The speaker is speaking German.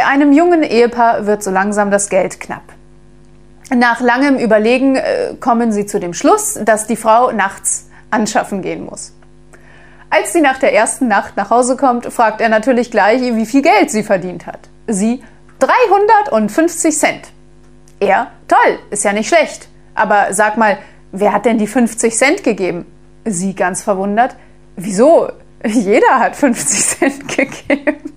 einem jungen Ehepaar wird so langsam das Geld knapp. Nach langem Überlegen kommen sie zu dem Schluss, dass die Frau nachts anschaffen gehen muss. Als sie nach der ersten Nacht nach Hause kommt, fragt er natürlich gleich, wie viel Geld sie verdient hat. Sie 350 Cent. Er, toll, ist ja nicht schlecht. Aber sag mal, wer hat denn die 50 Cent gegeben? Sie ganz verwundert, wieso? Jeder hat 50 Cent gegeben.